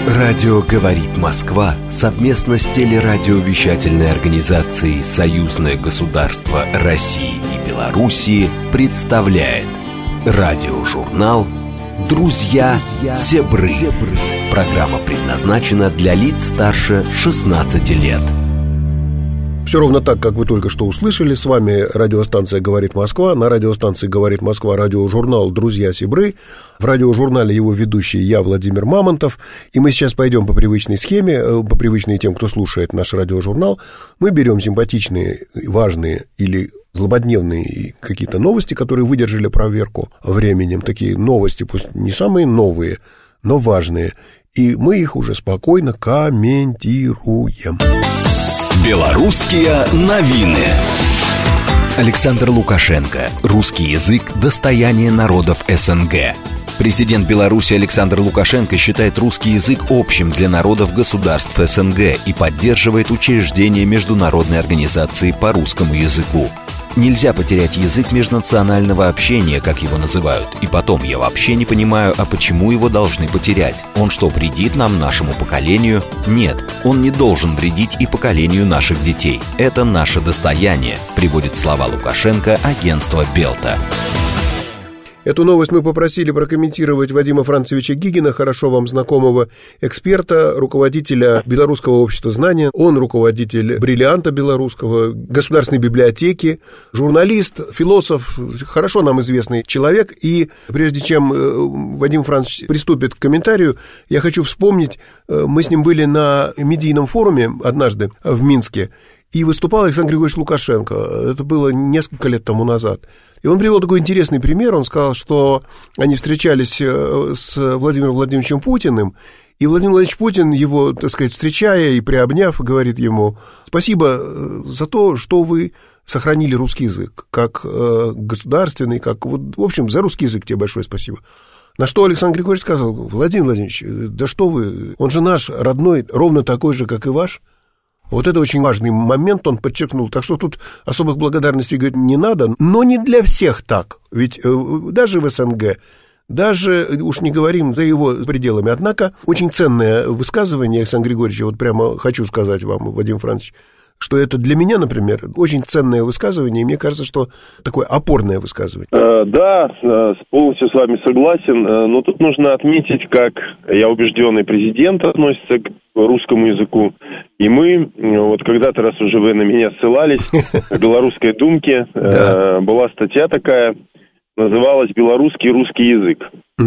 Радио «Говорит Москва» совместно с телерадиовещательной организацией «Союзное государство России и Белоруссии» представляет радиожурнал «Друзья-Зебры». Программа предназначена для лиц старше 16 лет. Все ровно так, как вы только что услышали. С вами радиостанция «Говорит Москва». На радиостанции «Говорит Москва» радиожурнал «Друзья-Зебры». В радиожурнале его ведущий я, Владимир Мамонтов. И мы сейчас пойдем по привычной схеме, по привычной тем, кто слушает наш радиожурнал. Мы берем симпатичные, важные или злободневные какие-то новости, которые выдержали проверку временем. Такие новости, пусть не самые новые, но важные. И мы их уже спокойно комментируем. Белорусские новины. Александр Лукашенко. Русский язык – достояние народов СНГ. Президент Беларуси Александр Лукашенко считает русский язык общим для народов государств СНГ и поддерживает учреждение Международной организации по русскому языку. Нельзя потерять язык межнационального общения, как его называют. И потом, я вообще не понимаю, а почему его должны потерять? Он что, вредит нам, нашему поколению? Нет, он не должен вредить и поколению наших детей. Это наше достояние, приводит слова Лукашенко агентство Белта. Эту новость мы попросили прокомментировать Вадима Францевича Гигина, хорошо вам знакомого эксперта, руководителя Белорусского общества знания. Он руководитель «Бриллианта» белорусского, Государственной библиотеки, журналист, философ, хорошо нам известный человек. И прежде чем Вадим Францевич приступит к комментарию, я хочу вспомнить, мы с ним были на медийном форуме однажды в Минске, и выступал Александр Григорьевич Лукашенко. Это было несколько лет тому назад. И он привел такой интересный пример. Он сказал, что они встречались с Владимиром Владимировичем Путиным, и Владимир Владимирович Путин его, так сказать, встречая и приобняв, говорит ему: спасибо за то, что вы сохранили русский язык как государственный, как, в общем, за русский язык тебе большое спасибо. На что Александр Григорьевич сказал: Владимир Владимирович, да что вы, он же наш родной, ровно такой же, как и ваш. Вот это очень важный момент, он подчеркнул. Так что тут особых благодарностей, говорит, не надо, но не для всех так. Ведь даже в СНГ, даже, уж не говорим за его пределами. Однако, очень ценное высказывание Александра Григорьевича, вот прямо хочу сказать вам, Вадим Францович, что это для меня, например, очень ценное высказывание, и мне кажется, что такое опорное высказывание. Да, полностью с вами согласен, но тут нужно отметить, как, я убежденный, президент относится к русскому языку, и мы, вот когда-то, раз уже вы на меня ссылались, в Белорусской думке была статья такая, называлась «Белорусский русский язык».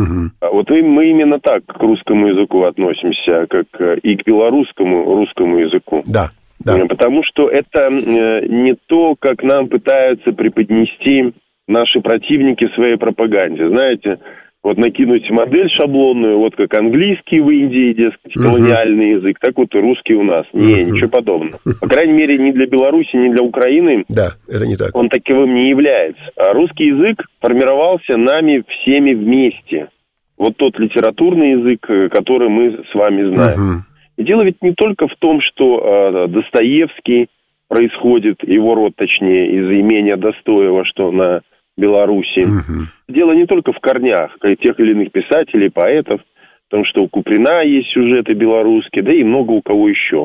Вот мы именно так к русскому языку относимся, как и к белорусскому русскому языку. Да. Потому что это не то, как нам пытаются преподнести наши противники в своей пропаганде. Знаете, вот накинуть модель шаблонную, вот как английский в Индии, дескать, колониальный язык, так вот и русский у нас. Ничего подобного. По крайней мере, ни для Беларуси, ни для Украины это не так. Он таковым не является. А русский язык формировался нами всеми вместе. Вот тот литературный язык, который мы с вами знаем. И дело ведь не только в том, что Достоевский происходит, его род, точнее, из имения Достоева, что на Беларуси. Дело не только в корнях тех или иных писателей, поэтов, потому что у Куприна есть сюжеты белорусские, да и много у кого еще.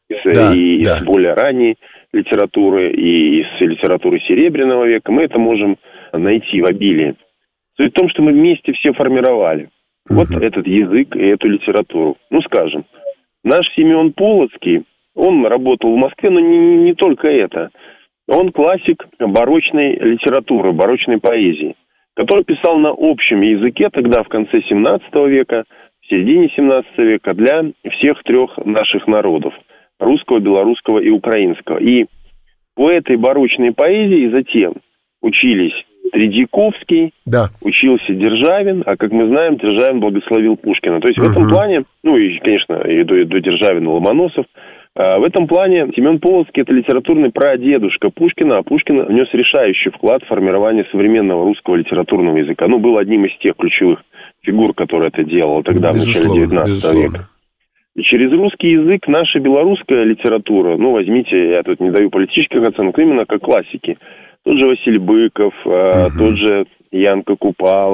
Из более ранней литературы, и из литературы Серебряного века. Мы это можем найти в обилии. Суть в том, что мы вместе все формировали вот этот язык и эту литературу. Ну, скажем, наш Семен Полоцкий, он работал в Москве, но не только это. Он классик барочной литературы, барочной поэзии, который писал на общем языке тогда, в конце 17 века, в середине 17 века, для всех трех наших народов – русского, белорусского и украинского. И по этой барочной поэзии затем учились Тредьяковский, учился Державин, а, как мы знаем, Державин благословил Пушкина. То есть в этом плане, ну и, конечно, и до Державина Ломоносов, в этом плане Семен Полоцкий – это литературный прадедушка Пушкина, а Пушкин внес решающий вклад в формирование современного русского литературного языка. Ну, был одним из тех ключевых фигур, который это делал тогда, в начале 19 века. И через русский язык наша белорусская литература, ну, возьмите, я тут не даю политических оценок, именно как классики. Тот же Василий Быков, тот же Янка Купала,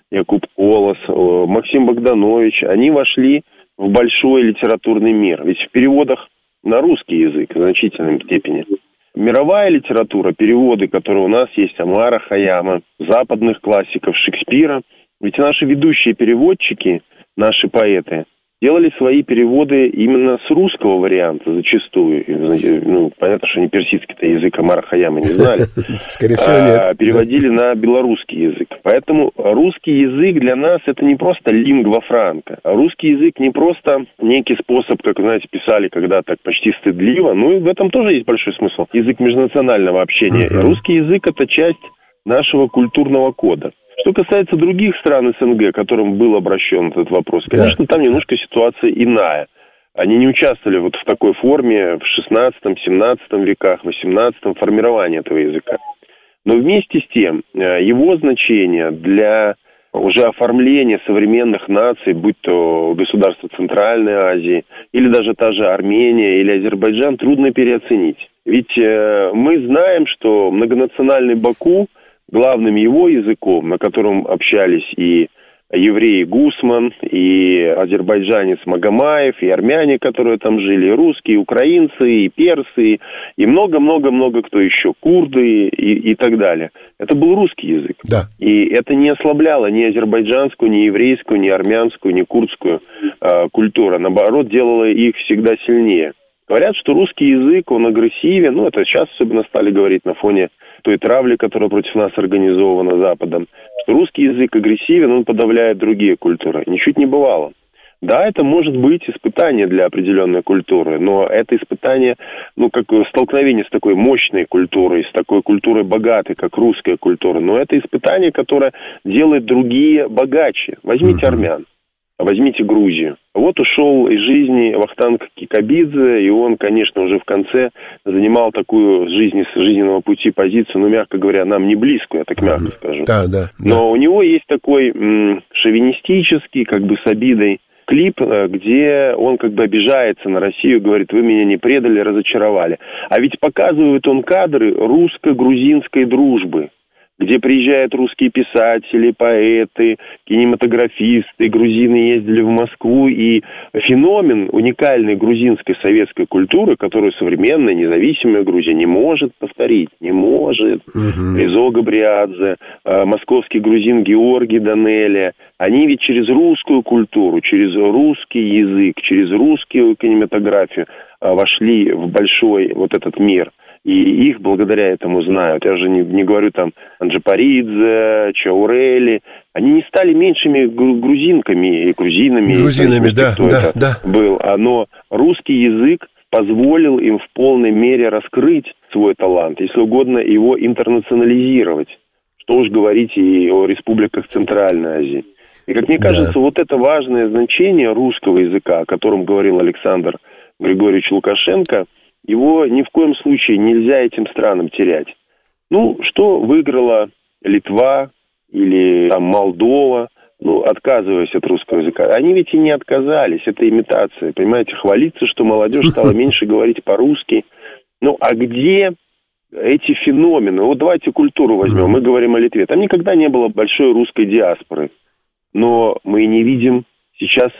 Якуб Колос, Максим Богданович, они вошли в большой литературный мир. Ведь в переводах на русский язык в значительной степени. Мировая литература, переводы, которые у нас есть, Омара Хайяма, западных классиков, Шекспира. Ведь наши ведущие переводчики, наши поэты, делали свои переводы именно с русского варианта зачастую. Ну, понятно, что они персидский-то язык Омара Хайяма не знали. Скорее всего, нет. Переводили на белорусский язык. Поэтому русский язык для нас это не просто лингва франка. Русский язык не просто некий способ, как, знаете, писали когда-то так почти стыдливо. Ну, и в этом тоже есть большой смысл. Язык межнационального общения. Русский язык это часть нашего культурного кода. Что касается других стран СНГ, к которым был обращен этот вопрос, конечно, там немножко ситуация иная. Они не участвовали вот в такой форме в 16-17 веках, 18-м формировании этого языка. Но вместе с тем, его значение для уже оформления современных наций, будь то государства Центральной Азии, или даже та же Армения или Азербайджан, трудно переоценить. Ведь мы знаем, что многонациональный Баку, главным его языком, на котором общались и евреи Гусман, и азербайджанец Магомаев, и армяне, которые там жили, и русские, и украинцы, и персы, и много-много-много кто еще, курды и так далее. Это был русский язык. Да. И это не ослабляло ни азербайджанскую, ни еврейскую, ни армянскую, ни курдскую культуру. Наоборот, делало их всегда сильнее. Говорят, что русский язык, он агрессивен, ну, это сейчас особенно стали говорить на фоне той травли, которая против нас организована Западом, что русский язык агрессивен, он подавляет другие культуры. Ничуть не бывало. Да, это может быть испытание для определенной культуры, но это испытание, ну, как столкновение с такой мощной культурой, с такой культурой богатой, как русская культура, но это испытание, которое делает другие богаче. Возьмите армян. Возьмите Грузию. Вот ушел из жизни Вахтанг Кикабидзе, и он, конечно, уже в конце занимал такую жизненного пути позицию, ну, мягко говоря, нам не близкую, я так мягко скажу. Да. Но у него есть такой шовинистический, как бы с обидой, клип, где он как бы обижается на Россию, говорит, вы меня не предали, разочаровали. А ведь показывает он кадры русско-грузинской дружбы, где приезжают русские писатели, поэты, кинематографисты, грузины ездили в Москву, и феномен уникальной грузинской советской культуры, которую современная независимая Грузия не может повторить, не может. Резо Габриадзе, московский грузин Георгий Данелия, они ведь через русскую культуру, через русский язык, через русскую кинематографию вошли в большой вот этот мир. И их благодаря этому знают. Я уже не говорю там Анджапаридзе, Чаурели. Они не стали меньшими грузинками и грузинами. Грузинами, да. Был. Но русский язык позволил им в полной мере раскрыть свой талант, если угодно, его интернационализировать. Что уж говорить и о республиках Центральной Азии. И, как мне кажется, вот это важное значение русского языка, о котором говорил Александр Григорьевич Лукашенко, его ни в коем случае нельзя этим странам терять. Ну, что выиграла Литва или там Молдова, ну, отказываясь от русского языка? Они ведь и не отказались, это имитация, понимаете, хвалиться, что молодежь стала меньше говорить по-русски. Ну, а где эти феномены? Вот давайте культуру возьмем, мы говорим о Литве. Там никогда не было большой русской диаспоры, но мы не видим сейчас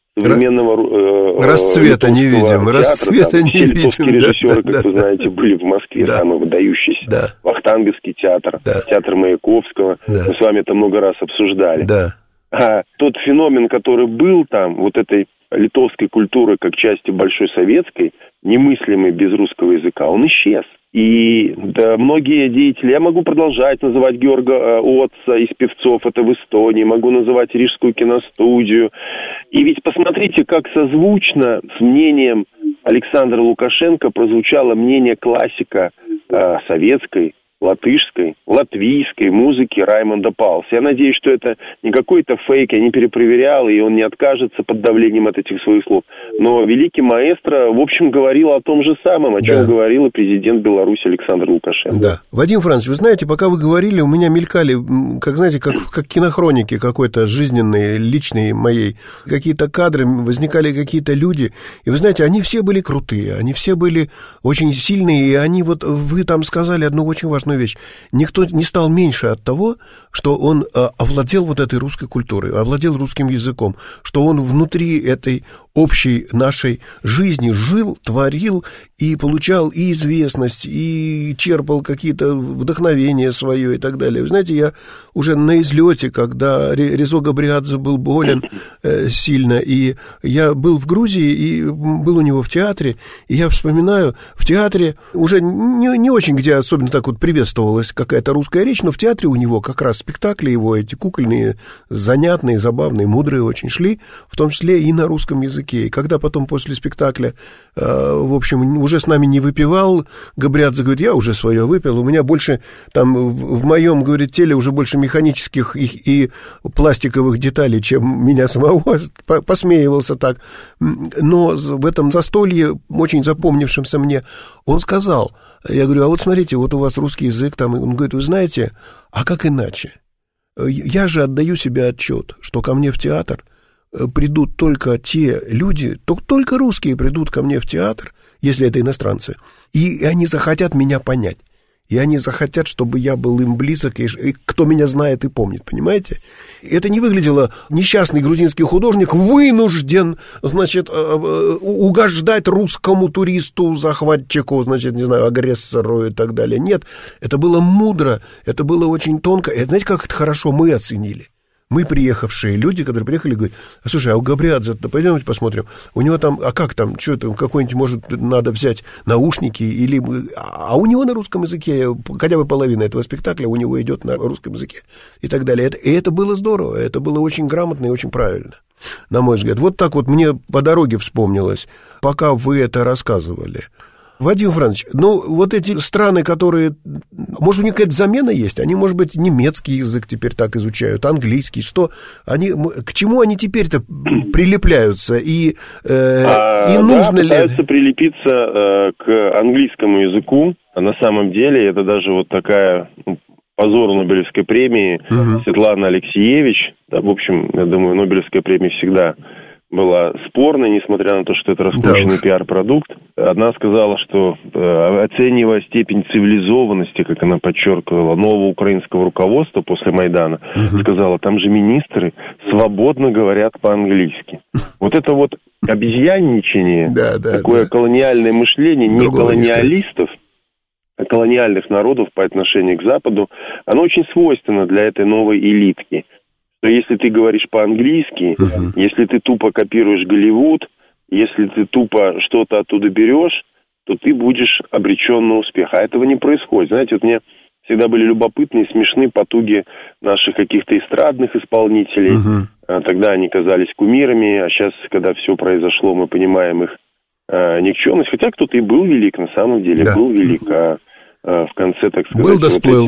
современного расцвета не видим, расцвета не видим. Литовские режиссеры, как вы знаете, были в Москве, самые выдающиеся. Вахтанговский театр, театр Маяковского. Мы с вами это много раз обсуждали. А тот феномен, который был там, вот этой литовской культуры как части большой советской, немыслимой без русского языка, он исчез. И да, многие деятели, я могу продолжать называть Георга Отца из певцов, это в Эстонии, могу называть Рижскую киностудию. И ведь посмотрите, как созвучно с мнением Александра Лукашенко прозвучало мнение классика советской, латышской, латвийской музыки Раймонда Паулса. Я надеюсь, что это не какой-то фейк, я не перепроверял, и он не откажется под давлением от этих своих слов. Но великий маэстро, в общем, говорил о том же самом, о чем говорил и президент Беларуси Александр Лукашенко. Да. Вадим Францович, вы знаете, пока вы говорили, у меня мелькали, как, знаете, как кинохроники какой-то жизненной, личной моей, какие-то кадры, возникали какие-то люди, и вы знаете, они все были крутые, они все были очень сильные, и они вот, вы там сказали одну очень важную одну вещь. Никто не стал меньше от того, что он овладел вот этой русской культурой, овладел русским языком, что он внутри этой общей нашей жизни жил, творил и получал и известность, и черпал какие-то вдохновения свое и так далее. Вы знаете, я уже на излете, когда Резо Габриадзе был болен сильно, и я был в Грузии, и был у него в театре, и я вспоминаю, в театре уже не очень, где особенно так вот приветствовалась какая-то русская речь, но в театре у него как раз спектакли его, эти кукольные, занятные, забавные, мудрые очень шли, в том числе и на русском языке. И когда потом после спектакля, в общем, уже с нами не выпивал, Габриадзе говорит, я уже свое выпил, у меня больше там в моем, говорит, теле уже больше механических и пластиковых деталей, чем меня самого, посмеивался так. Но в этом застолье, очень запомнившемся мне, он сказал, я говорю, а вот смотрите, вот у вас русский язык, там, он говорит, вы знаете, а как иначе? Я же отдаю себе отчет, что ко мне в театр придут только те люди, только русские придут ко мне в театр, если это иностранцы, и они захотят меня понять. И они захотят, чтобы я был им близок, и кто меня знает и помнит, понимаете? Это не выглядело, несчастный грузинский художник вынужден, значит, угождать русскому туристу, захватчику, значит, не знаю, агрессору и так далее. Нет, это было мудро, это было очень тонко. И знаете, как это хорошо мы оценили? Мы, приехавшие люди, которые приехали, говорят, слушай, а у Габриадзе, пойдемте посмотрим, у него там, а как там, что там, какой-нибудь, может, надо взять наушники, или, а у него на русском языке, хотя бы половина этого спектакля у него идет на русском языке, и так далее. И это было здорово, это было очень грамотно и очень правильно, на мой взгляд. Вот так вот мне по дороге вспомнилось, пока вы это рассказывали. Вадим Францович, ну, вот эти страны, которые, может, у них какая-то замена есть, они, может быть, немецкий язык теперь так изучают, английский, что они, к чему они теперь-то прилепляются, и нужно ли... Пытаются прилепиться к английскому языку, а на самом деле это даже вот такая... позор Нобелевской премии Светлана Алексеевич, да, в общем, я думаю, Нобелевская премия всегда была спорной, несмотря на то, что это раскрученный пиар-продукт. Она сказала, что, оценивая степень цивилизованности, как она подчеркивала, нового украинского руководства после Майдана, сказала, там же министры свободно говорят по-английски. Вот это вот обезьянничание, такое колониальное мышление не колониалистов, а колониальных народов по отношению к Западу, оно очень свойственно для этой новой элитки. Что если ты говоришь по-английски, если ты тупо копируешь Голливуд, если ты тупо что-то оттуда берешь, то ты будешь обречен на успех. А этого не происходит. Знаете, вот мне всегда были любопытны и смешны потуги наших каких-то эстрадных исполнителей. Тогда они казались кумирами, а сейчас, когда все произошло, мы понимаем их никчемность. Хотя кто-то и был велик, на самом деле, был велик, а в конце, так сказать, был, да сплыл.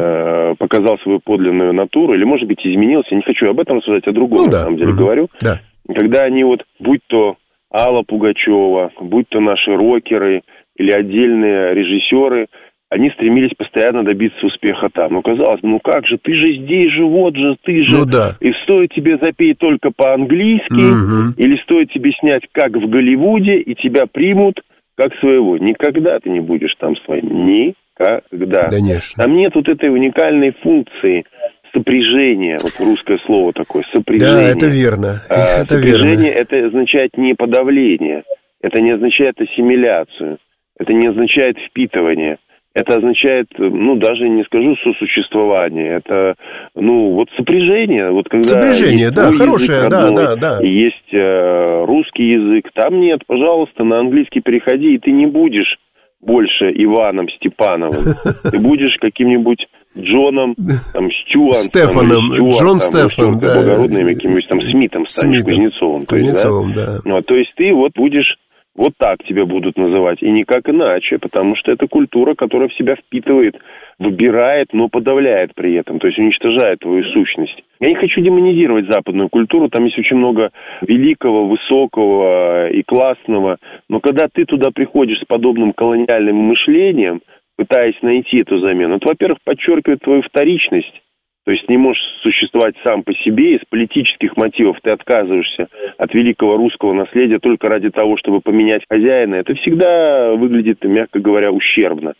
Показал свою подлинную натуру, или, может быть, изменился. Не хочу об этом рассуждать, о другом, на самом деле, говорю. Когда они вот, будь то Алла Пугачева, будь то наши рокеры или отдельные режиссеры, они стремились постоянно добиться успеха там. Ну, казалось, ну как же, ты же здесь же, вот же, ты же. И стоит тебе запеть только по-английски, или стоит тебе снять как в Голливуде, и тебя примут как своего. Никогда ты не будешь там своим. Никогда. Конечно. Там нет вот этой уникальной функции сопряжения. Вот русское слово такое, сопряжение. Да, это верно. Сопряжение, это означает не подавление. Это не означает ассимиляцию. Это не означает впитывание. Это означает, ну, даже не скажу сосуществование. Это, ну, вот сопряжение. Вот когда сопряжение, да, хорошее, родной, да. Есть русский язык. Там нет, пожалуйста, на английский переходи, и ты не будешь больше Иваном Степановым. Ты будешь каким-нибудь Джоном, там, Стефаном, Джон Стефан, да. Благородным каким-нибудь там Смитом станешь, Кузнецовым. Кузнецовым, да. Ну, то есть ты вот будешь... Вот так тебя будут называть, и никак иначе, потому что это культура, которая в себя впитывает, выбирает, но подавляет при этом, то есть уничтожает твою сущность. Я не хочу демонизировать западную культуру, там есть очень много великого, высокого и классного, но когда ты туда приходишь с подобным колониальным мышлением, пытаясь найти эту замену, это, во-первых, подчеркивает твою вторичность. То есть не можешь существовать сам по себе, из политических мотивов ты отказываешься от великого русского наследия только ради того, чтобы поменять хозяина. Это всегда выглядит, мягко говоря, ущербно.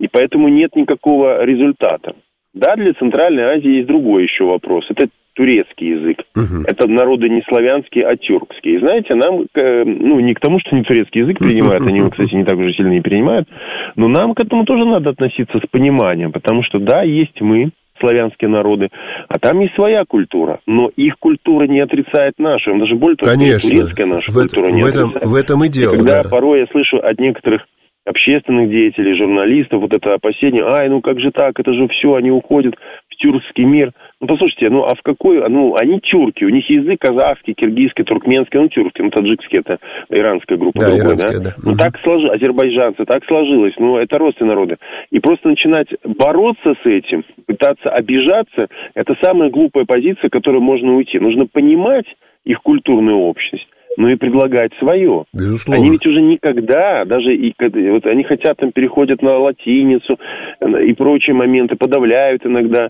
И поэтому нет никакого результата. Да, для Центральной Азии есть другой еще вопрос. Это турецкий язык. Это народы не славянские, а тюркские. И знаете, нам, не к тому, что не турецкий язык принимают, они его, кстати, не так уже сильно и принимают, но нам к этому тоже надо относиться с пониманием, потому что, да, есть мы, славянские народы, а там есть своя культура, но их культура не отрицает нашу, даже более того, турецкая наша культура не отрицает. В этом и дело. И когда порой я слышу от некоторых общественных деятелей, журналистов, вот это опасение, как же так, это же все, они уходят в тюркский мир. Послушайте, а в какой, они тюрки, у них язык казахский, киргизский, туркменский, тюркский, таджикский, это иранская группа, да, другой, иранская, да. Так сложилось, азербайджанцы, так сложилось, это родственные народы. И просто начинать бороться с этим, пытаться обижаться, это самая глупая позиция, к которой можно уйти. Нужно понимать их культурную общность, но и предлагать свое. Безусловно. Они ведь уже никогда, даже вот они хотят, переходят на латиницу и прочие моменты, подавляют иногда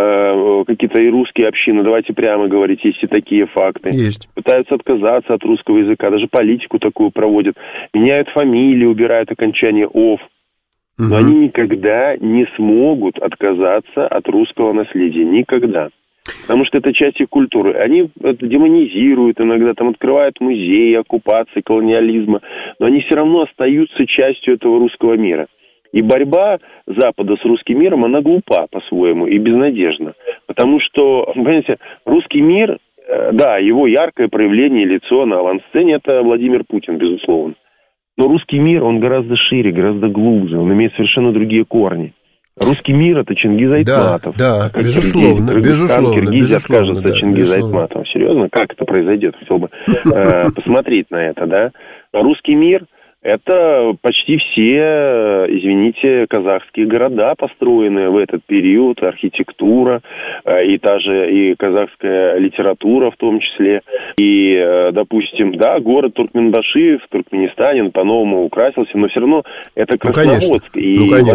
какие-то и русские общины, давайте прямо говорить, есть и такие факты. Есть. Пытаются отказаться от русского языка, даже политику такую проводят, меняют фамилии, убирают окончание «ов». Но они никогда не смогут отказаться от русского наследия, никогда. Потому что это часть их культуры. Они демонизируют иногда, открывают музеи оккупации, колониализма, но они все равно остаются частью этого русского мира. И борьба Запада с русским миром, она глупа по-своему и безнадежна. Потому что, понимаете, русский мир, да, его яркое проявление, лицо на авансцене, это Владимир Путин, безусловно. Но русский мир, он гораздо шире, гораздо глубже, он имеет совершенно другие корни. Русский мир — это Чингиз Айтматов. Да, безусловно. Киргизия откажется от Чингиза Айтматова. Серьезно? Как это произойдет? Хотел бы посмотреть на это, да? Русский мир — это почти все, извините, казахские города, построенные в этот период, архитектура, и и казахская литература в том числе. И, допустим, да, город Туркменбаши в Туркменистане по-новому украсился, но все равно это Красноводск. В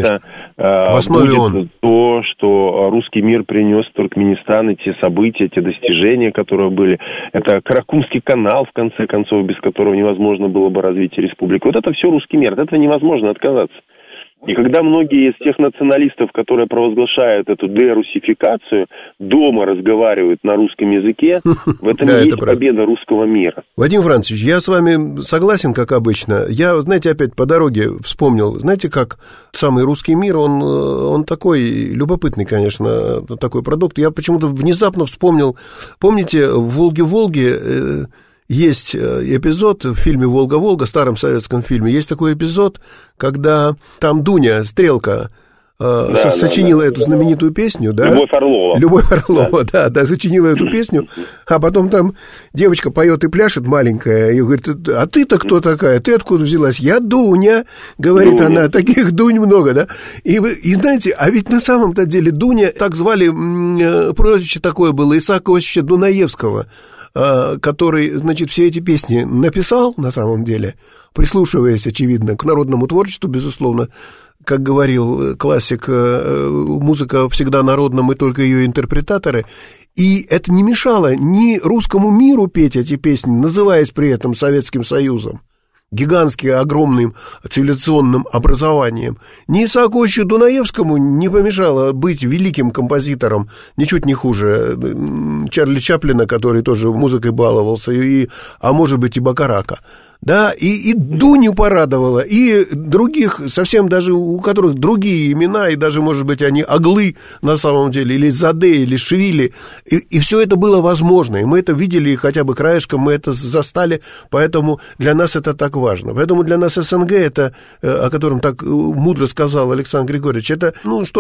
основе будет то, что русский мир принес в Туркменистан, эти события, эти достижения, которые были. Это Каракумский канал, в конце концов, без которого невозможно было бы развитие республики. Вот это все русский мир, от этого невозможно отказаться. И когда многие из тех националистов, которые провозглашают эту дерусификацию, дома разговаривают на русском языке, в этом и есть победа русского мира. Вадим Францович, я с вами согласен, как обычно. Я, знаете, опять по дороге вспомнил, знаете, как самый русский мир, он такой любопытный, конечно, такой продукт. Я почему-то внезапно вспомнил, помните, в «Волге-Волге» есть эпизод в фильме «Волга-Волга», старом советском фильме, есть такой эпизод, когда там Дуня, Стрелка, сочинила эту знаменитую песню, да? Любовь Орлова, да, сочинила эту песню, а потом там девочка поет и пляшет маленькая, и говорит, а ты-то кто такая, ты откуда взялась? Я Дуня, говорит она, таких Дунь много, да? И знаете, а ведь на самом-то деле Дуня, так звали, прозвище такое было, Исаака Иосифовича Дунаевского, который, значит, все эти песни написал, на самом деле, прислушиваясь, очевидно, к народному творчеству, безусловно, как говорил классик, музыка всегда народна, мы только ее интерпретаторы, и это не мешало ни русскому миру петь эти песни, называясь при этом Советским Союзом, гигантским, огромным цивилизационным образованием. Ни Исааку Иосифовичу Дунаевскому не помешало быть великим композитором, ничуть не хуже Чарли Чаплина, который тоже музыкой баловался, а может быть и Бакарака. Да, и Дуню порадовала, и других, совсем даже у которых другие имена, и даже, может быть, они Оглы на самом деле, или Заде, или Швили, и все это было возможно, и мы это видели, хотя бы краешком мы это застали, поэтому для нас это так важно. Поэтому для нас СНГ, это, о котором так мудро сказал Александр Григорьевич, это,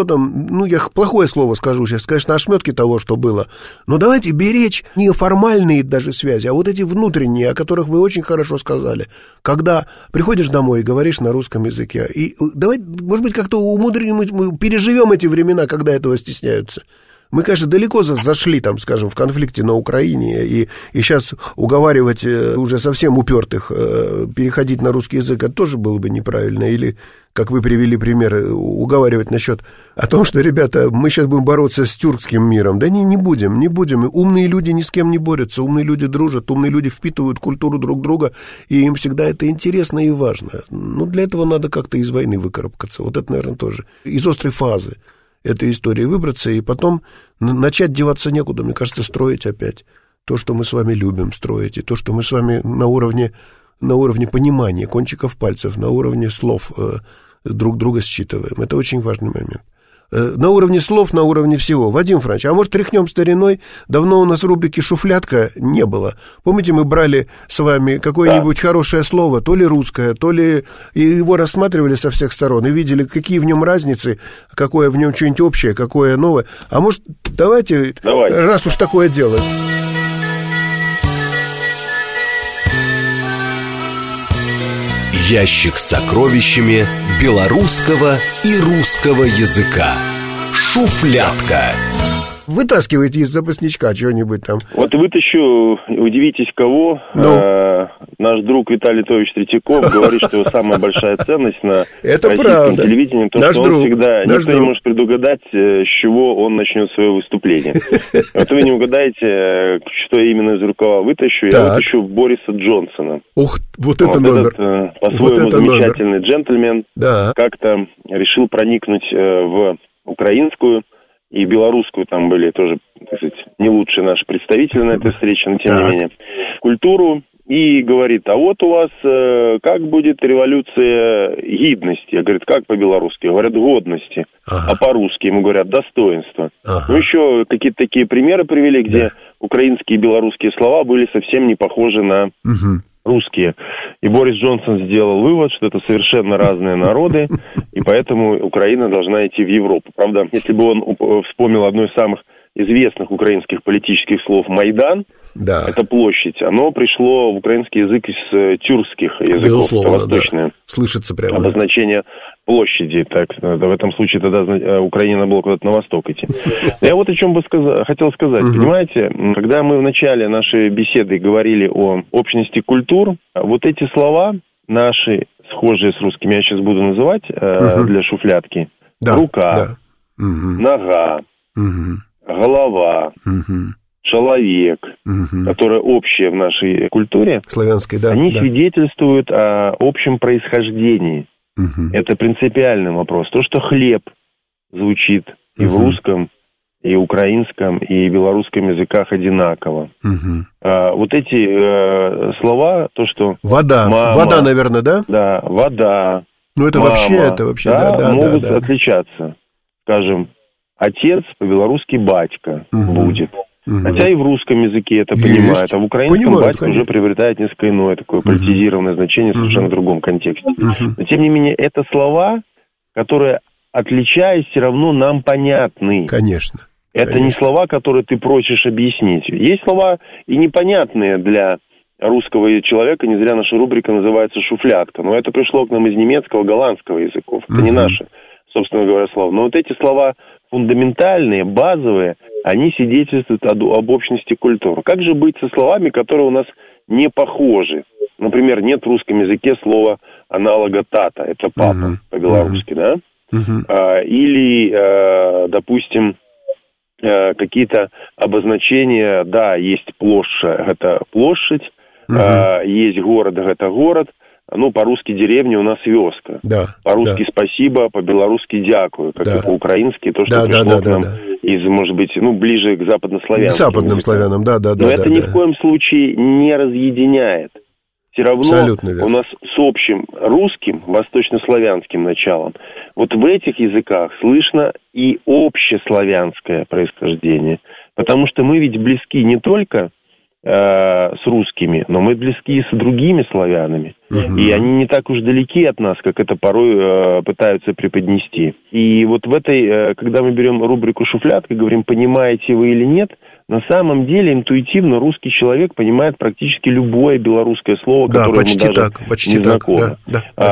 я плохое слово скажу сейчас, конечно, ошметки того, что было, но давайте беречь не формальные даже связи, а вот эти внутренние, о которых вы очень хорошо сказали. Когда приходишь домой и говоришь на русском языке. И давай, может быть, как-то умудрим, мы переживем эти времена, когда этого стесняются. Мы, конечно, далеко зашли, там, скажем, в конфликте на Украине, и сейчас уговаривать уже совсем упертых переходить на русский язык, это тоже было бы неправильно, или, как вы привели пример, уговаривать насчет о том, что, ребята, мы сейчас будем бороться с тюркским миром. Да не будем. Умные люди ни с кем не борются, умные люди дружат, умные люди впитывают культуру друг друга, и им всегда это интересно и важно. Ну, для этого надо как-то из войны выкарабкаться. Вот это, наверное, тоже. Из острой фазы этой истории выбраться, и потом начать деваться некуда, мне кажется, строить опять то, что мы с вами любим строить, и то, что мы с вами на уровне понимания, кончиков пальцев, на уровне слов друг друга считываем. Это очень важный момент. На уровне слов, на уровне всего. Вадим Франч, а может, тряхнем стариной? Давно у нас рубрики «Шуфлятка» не было. Помните, мы брали с вами какое-нибудь хорошее слово, то ли русское, то ли... И его рассматривали со всех сторон и видели, какие в нем разницы, какое в нем что-нибудь общее, какое новое. А может, давайте. Раз уж такое дело... Ящик с сокровищами белорусского и русского языка. Шуфлятка. Вытаскивайте из запасничка что-нибудь там. Вот вытащу, удивитесь кого. Наш друг Виталий Литович Третьяков говорит, что самая большая ценность на российском телевидении, то, что он всегда, никто не может предугадать, с чего он начнет свое выступление. Вот вы не угадаете, что я именно из рукава вытащу. Я вытащу Бориса Джонсона. Ух, вот это номер. Этот, по-своему замечательный джентльмен как-то решил проникнуть в украинскую и белорусскую, там были тоже, так сказать, не лучшие наши представители на этой встрече, но тем не менее, культуру, и говорит, а вот у вас как будет революция гидности? Я говорю, как по-белорусски? Говорят, годности. А по-русски ему говорят, достоинство. Ну, еще какие-то такие примеры привели, где украинские и белорусские слова были совсем не похожи на русские. И Борис Джонсон сделал вывод, что это совершенно разные народы, и поэтому Украина должна идти в Европу. Правда, если бы он вспомнил одно из самых известных украинских политических слов «Майдан», это площадь, оно пришло в украинский язык из тюркских языков. Безусловно, восточное слышится прямо. Обозначение площади. Так, в этом случае тогда Украине надо было куда-то на восток идти. Я вот о чем бы хотел сказать. Понимаете, когда мы в начале нашей беседы говорили о общности культур, вот эти слова наши, схожие с русскими, я сейчас буду называть для шуфлятки. Рука, нога, голова, человек, которые общие в нашей культуре, славянской, они свидетельствуют о общем происхождении. Это принципиальный вопрос. То, что хлеб звучит и в русском, и украинском, и белорусском языках одинаково. Вот эти слова, то, что... Вода, наверное, да? Да, вода. Ну, это мама, вообще, могут отличаться. Скажем, отец по-белорусски батька будет. Хотя и в русском языке это понимают, а в украинском батька уже приобретает несколько иное, такое политизированное значение в совершенно другом контексте. Но, тем не менее, это слова, которые, отличаясь, все равно нам понятны. Конечно. Это не слова, которые ты просишь объяснить. Есть слова и непонятные для русского человека, не зря наша рубрика называется «Шуфлятка», но это пришло к нам из немецкого, голландского языков. Это не наши, собственно говоря, слова. Но вот эти слова фундаментальные, базовые, они свидетельствуют об общности культуры. Как же быть со словами, которые у нас не похожи? Например, нет в русском языке слова аналога «тата», это папа по-белорусски, да? Или, допустим, какие-то обозначения, да, есть площадь, это площадь, есть город, это город, ну, по-русски деревня у нас вёска. По-русски спасибо, по-белорусски дякую, как и по-украински, то, что пришло к нам из, может быть, ну, ближе к западнославянским. Западным славянам, да. Но это ни в коем случае не разъединяет. Все равно у нас с общим русским, восточнославянским началом, вот в этих языках слышно и общеславянское происхождение. Потому что мы ведь близки не только с русскими, но мы близки и с другими славянами. И они не так уж далеки от нас, как это порой пытаются преподнести. И вот в этой, когда мы берем рубрику «Шуфлятка», говорим, понимаете вы или нет, на самом деле интуитивно русский человек понимает практически любое белорусское слово, которое ему даже не знакомо.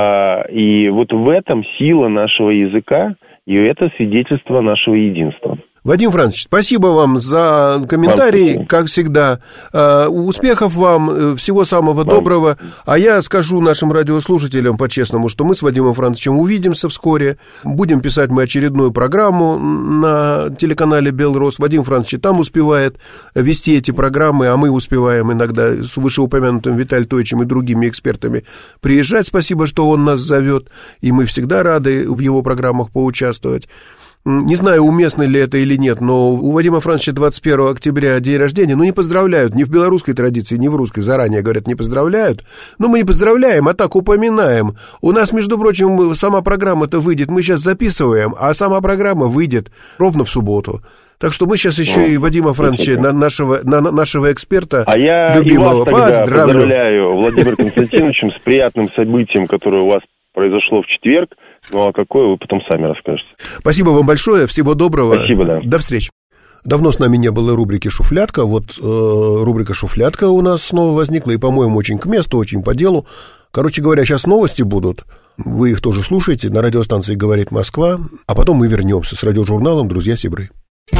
И вот в этом сила нашего языка, и это свидетельство нашего единства. Вадим Францович, спасибо вам за комментарий, как всегда. Успехов вам, всего самого доброго. А я скажу нашим радиослушателям по-честному, что мы с Вадимом Францовичем увидимся вскоре. Будем писать мы очередную программу на телеканале «Белрос». Вадим Францович там успевает вести эти программы, а мы успеваем иногда с вышеупомянутым Виталием Тойчем и другими экспертами приезжать. Спасибо, что он нас зовет, и мы всегда рады в его программах поучаствовать. Не знаю, уместно ли это или нет, но у Вадима Францовича 21 октября день рождения, не поздравляют, ни в белорусской традиции, ни в русской, заранее говорят, не поздравляют, но мы не поздравляем, а так упоминаем. У нас, между прочим, сама программа-то выйдет, мы сейчас записываем, а сама программа выйдет ровно в субботу. Так что мы сейчас еще и Вадима Францовича, нашего эксперта, а я любимого, и вас тогда поздравляю, Владимир Константиновичем, с приятным событием, которое у вас произошло в четверг. Ну, а какое, вы потом сами расскажете. Спасибо вам большое, всего доброго. Спасибо, да. До встречи. Давно с нами не было рубрики «Шуфлятка». Вот рубрика «Шуфлятка» у нас снова возникла, и, по-моему, очень к месту, очень по делу. Короче говоря, сейчас новости будут. Вы их тоже слушаете на радиостанции «Говорит Москва». А потом мы вернемся с радиожурналом «Друзья-сябры».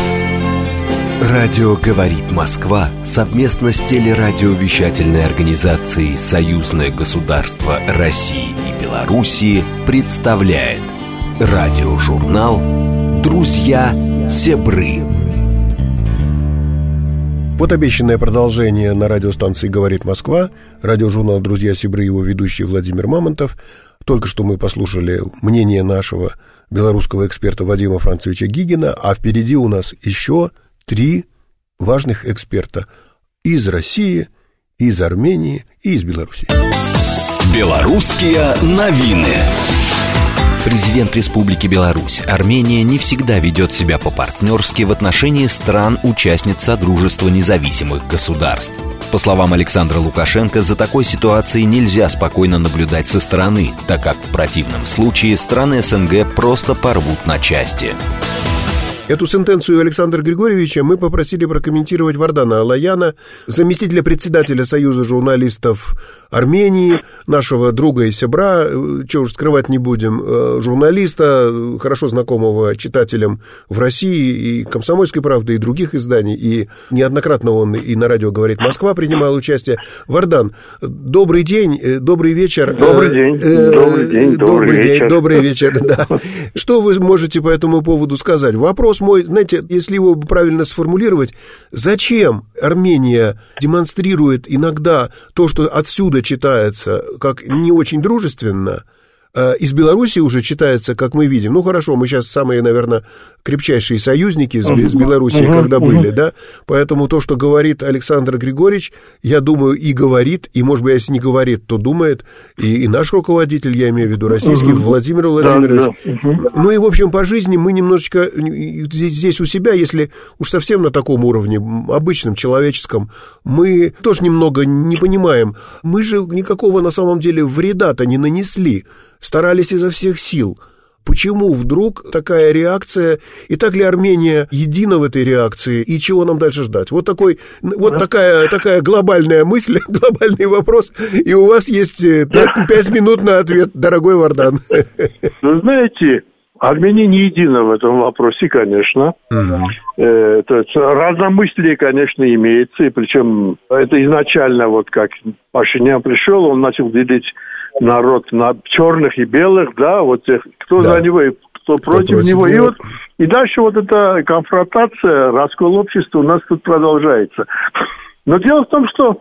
Радио «Говорит Москва» совместно с телерадиовещательной организацией «Союзное государство России и Белоруссии» представляет радиожурнал «Друзья-сябры». Вот обещанное продолжение на радиостанции «Говорит Москва». Радиожурнал «Друзья-сябры», его ведущий Владимир Мамонтов. Только что мы послушали мнение нашего белорусского эксперта Вадима Францовича Гигина, а впереди у нас еще 3 важных эксперта из России, из Армении и из Беларуси. Белорусские новины. Президент Республики Беларусь Армения не всегда ведет себя по-партнерски в отношении стран-участниц Содружества независимых государств. По словам Александра Лукашенко, за такой ситуацией нельзя спокойно наблюдать со стороны, так как в противном случае страны СНГ просто порвут на части. Эту сентенцию Александра Григорьевича мы попросили прокомментировать Вардана Алаяна, заместителя председателя Союза журналистов Армении, нашего друга и сябра, чего уж скрывать не будем, журналиста, хорошо знакомого читателям в России и «Комсомольской правды», и других изданий, и неоднократно он и на радио «Говорит Москва» принимал участие. Вардан, добрый день, добрый вечер. Добрый день, добрый вечер, да. Что вы можете по этому поводу сказать? Вопрос мой, знаете, если его правильно сформулировать, зачем Армения демонстрирует иногда то, что отсюда читается как не очень дружественно, из Беларуси уже читается, как мы видим. Ну, хорошо, мы сейчас самые, наверное, крепчайшие союзники с Белоруссией, когда были, да? Поэтому то, что говорит Александр Григорьевич, я думаю, и говорит, и, может быть, если не говорит, то думает, и наш руководитель, я имею в виду российский, Владимир Владимирович. Ну, и, в общем, по жизни мы немножечко здесь у себя, если уж совсем на таком уровне, обычном, человеческом, мы тоже немного не понимаем. Мы же никакого, на самом деле, вреда-то не нанесли. Старались изо всех сил. Почему вдруг такая реакция? И так ли Армения едина в этой реакции? И чего нам дальше ждать? Вот такая глобальная мысль, глобальный вопрос. И у вас есть 5 минут на ответ, дорогой Вардан. Вы знаете, Армения не едина в этом вопросе, конечно. То есть разномыслие, конечно, имеется. И причем это изначально, вот как Пашинян пришел, он начал делить народ на черных и белых, да, вот тех, кто за него и кто против него. И дальше вот эта конфронтация, раскол общества у нас тут продолжается. Но дело в том, что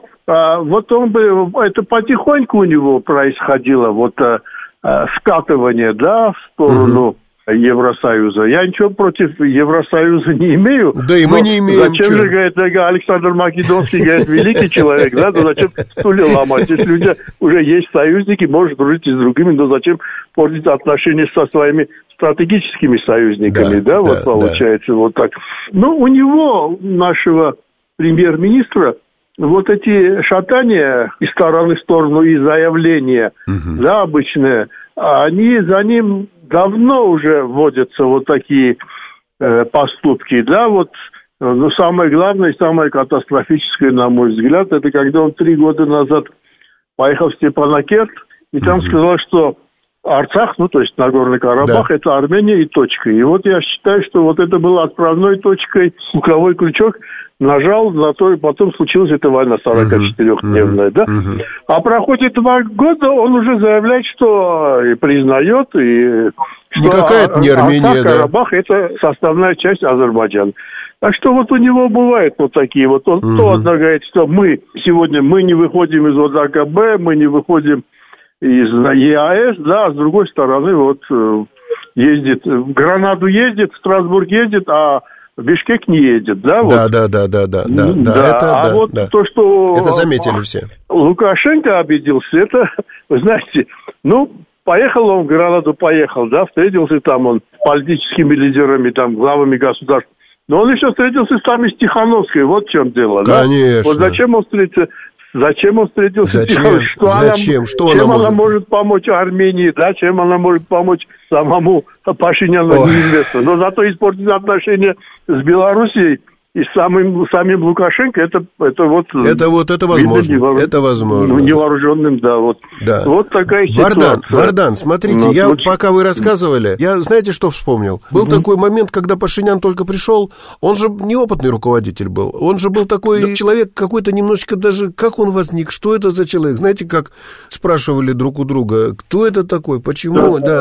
это потихоньку у него происходило, скатывание, да, в сторону Евросоюза. Я ничего против Евросоюза не имею. Да и мы не имеем. Зачем же, говорит, Александр Македонский, говорит, великий человек, да, то зачем стулья ломать? Если люди уже есть союзники, может дружить и с другими, но зачем портить отношения со своими стратегическими союзниками, да, получается, вот так. Ну, у него, нашего премьер-министра, вот эти шатания из стороны в сторону и заявления, да, обычные, они за ним давно уже вводятся вот такие поступки, да, вот, но самое главное и самое катастрофическое, на мой взгляд, это когда он 3 года назад поехал в Степанакерт и там сказал, что Арцах, ну, то есть Нагорный Карабах, это Армения и точка. И вот я считаю, что вот это было отправной точкой, спусковой крючок, нажал на то, и потом случилась эта война 44-дневная, да? А проходит 2 года, он уже заявляет, что и признает, и никакая это не Армения, Арцах, Карабах, это составная часть Азербайджана. Так что вот у него бывают вот такие вот, он то одно говорит, что мы сегодня не выходим из ОДКБ, мы не выходим из ЕАЭС, да, а с другой стороны вот ездит, в Гранаду ездит, в Страсбург ездит, а в Бишкек не едет, да? Вот. Да. Это, вот да. То, что... Это заметили все. Лукашенко обиделся, это, вы знаете, поехал он в Гранаду, да, встретился там он с политическими лидерами, там, главами государств. Но он еще встретился там и с Тихановской, вот в чем дело. Конечно. Да? Вот зачем он встретился с Тихановской? Зачем? Чем она может помочь Армении, да? Чем она может помочь самому Пашиняну, неизвестно. Но зато испортить отношения с Белоруссией и с самим Лукашенко, это возможно. Это возможно. Невооруженным, да, вот. Да. Вот такая ситуация. Вардан, смотрите, пока вы рассказывали, я знаете, что вспомнил? Был такой момент, когда Пашинян только пришел, он же неопытный руководитель был, он же был такой человек какой-то немножечко даже, как он возник, что это за человек? Знаете, как спрашивали друг у друга, кто это такой, почему? Да.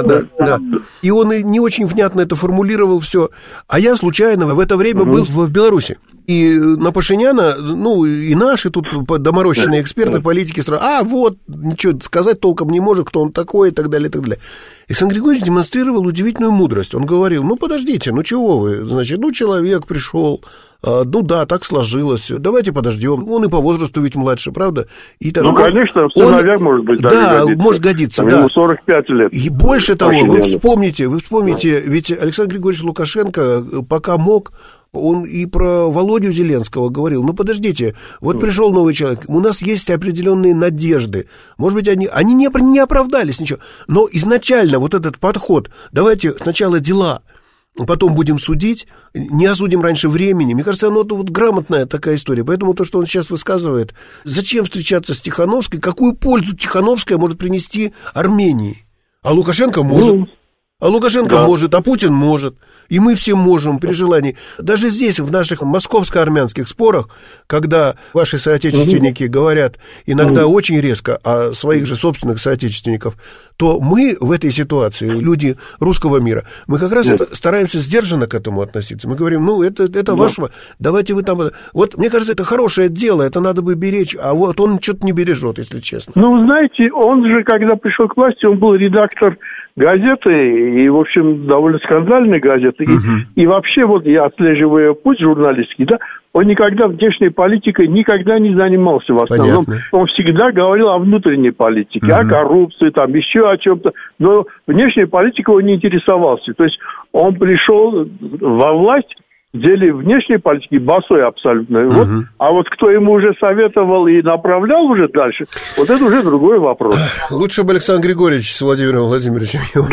И он и не очень внятно это формулировал все. А я случайно в это время был в Беларуси. И на Пашиняна, и наши тут доморощенные эксперты, политики сразу, ничего сказать толком не может, кто он такой, и так далее, и так далее. Александр Григорьевич демонстрировал удивительную мудрость. Он говорил, подождите, чего вы, значит, человек пришел, так сложилось, давайте подождем. Он и по возрасту ведь младше, правда? И так, конечно, в сыновьях может быть. Да, может годиться. Там ему 45 лет. И больше того, вы вспомните, ведь Александр Григорьевич Лукашенко, пока мог, он и про Володю Зеленского говорил, подождите, вот пришел новый человек, у нас есть определенные надежды, может быть, они не оправдались, ничего, но изначально вот этот подход, давайте сначала дела, потом будем судить, не осудим раньше времени, мне кажется, грамотная такая история, поэтому то, что он сейчас высказывает, зачем встречаться с Тихановской, какую пользу Тихановская может принести Армении, а Лукашенко может. Может, а Путин может. И мы все можем при желании. Даже здесь, в наших московско-армянских спорах, когда ваши соотечественники говорят иногда очень резко о своих же собственных соотечественников, то мы в этой ситуации, люди русского мира, мы как раз стараемся сдержанно к этому относиться. Мы говорим, это ваше, давайте вы там... Вот, мне кажется, это хорошее дело, это надо бы беречь, а вот он что-то не бережет, если честно. Знаете, он же, когда пришел к власти, он был редактор газеты, и, в общем, довольно скандальной газеты. И вообще, я отслеживаю путь журналистский, да, он никогда внешней политикой никогда не занимался в основном. Понятно. Он всегда говорил о внутренней политике, о коррупции, там, еще о чем-то. Но внешней политикой он не интересовался. То есть он пришел во власть в деле внешней политики босой абсолютно. А вот кто ему уже советовал и направлял уже дальше, вот это уже другой вопрос. Лучше бы Александр Григорьевич с Владимиром Владимировичем его.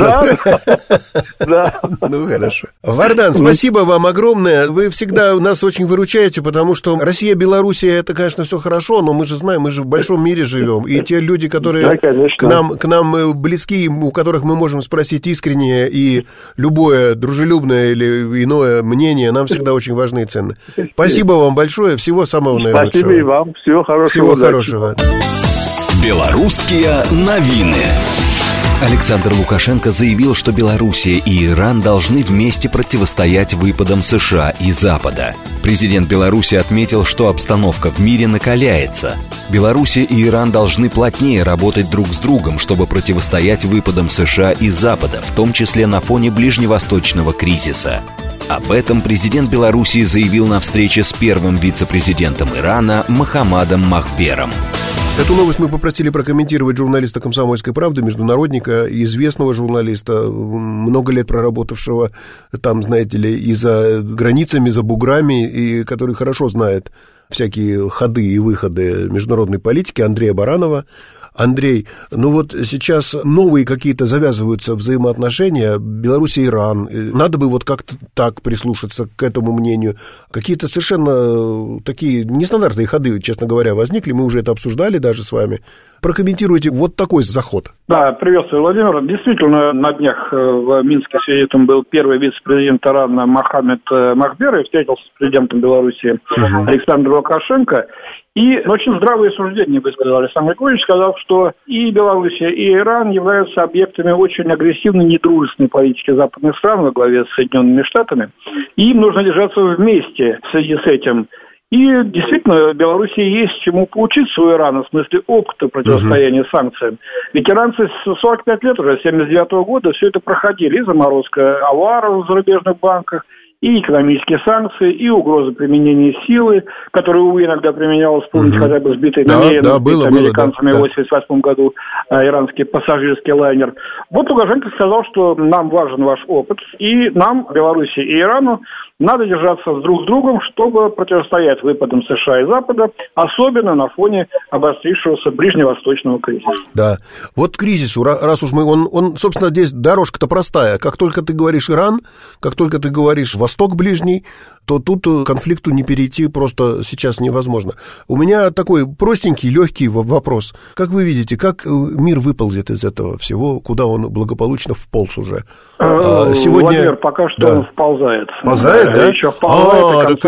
Да. Хорошо. Вардан, спасибо вам огромное. Вы всегда нас очень выручаете, потому что Россия, Белоруссия, это, конечно, все хорошо, но мы же знаем, мы же в большом мире живем. И те люди, которые к нам близки, у которых мы можем спросить искреннее и любое дружелюбное или иное мнение, нам всегда очень важны и ценны. Спасибо вам большое. Всего самого наилучшего. Спасибо и вам. Всего хорошего. Всего хорошего. Белорусские новины. Александр Лукашенко заявил, что Белоруссия и Иран должны вместе противостоять выпадам США и Запада. Президент Беларуси отметил, что обстановка в мире накаляется. Белоруссия и Иран должны плотнее работать друг с другом, чтобы противостоять выпадам США и Запада, в том числе на фоне ближневосточного кризиса. Об этом президент Белоруссии заявил на встрече с первым вице-президентом Ирана Мохаммадом Махбером. Эту новость мы попросили прокомментировать журналиста «Комсомольской правды», международника, известного журналиста, много лет проработавшего там, знаете ли, и за границами, за буграми, и который хорошо знает всякие ходы и выходы международной политики, Андрея Баранова. Андрей, сейчас новые какие-то завязываются взаимоотношения Беларусь и Иран. Надо бы как-то так прислушаться к этому мнению. Какие-то совершенно такие нестандартные ходы, честно говоря, возникли. Мы уже это обсуждали даже с вами. Прокомментируйте вот такой заход. Да, приветствую, Владимир. Действительно, на днях в Минске с визитом был первый вице-президент Ирана Мохаммед Мохбер и встретился с президентом Беларуси Александром Лукашенко. И очень здравые суждения высказал Александр Григорьевич, сказав, что и Белоруссия, и Иран являются объектами очень агрессивной, недружественной политики западных стран во главе с Соединенными Штатами. И им нужно держаться вместе в связи с этим. И действительно, Белоруссии есть чему поучиться у Ирана в смысле опыта противостояния санкциям. Ведь иранцы с 45 лет уже, с 79 года, все это проходили. И заморозка аваров в зарубежных банках, и экономические санкции, и угрозы применения силы, которые, увы, иногда применялась, помните, хотя бы сбитый намеренно американцами в 1988 году иранский пассажирский лайнер. Вот Лукашенко сказал, что нам важен ваш опыт, и нам, Беларуси и Ирану, надо держаться друг с другом, чтобы противостоять выпадам США и Запада, особенно на фоне обострившегося ближневосточного кризиса. Да, вот к кризису, раз уж мы, он, собственно, здесь дорожка-то простая. Как только ты говоришь Иран, как только ты говоришь Восток Ближний, то тут конфликту не перейти просто сейчас невозможно. У меня такой простенький, легкий вопрос. Как вы видите, как мир выползет из этого всего, куда он благополучно вполз уже? Сегодня... Владимир, пока что он вползает. Вползает, да? Еще вползает, так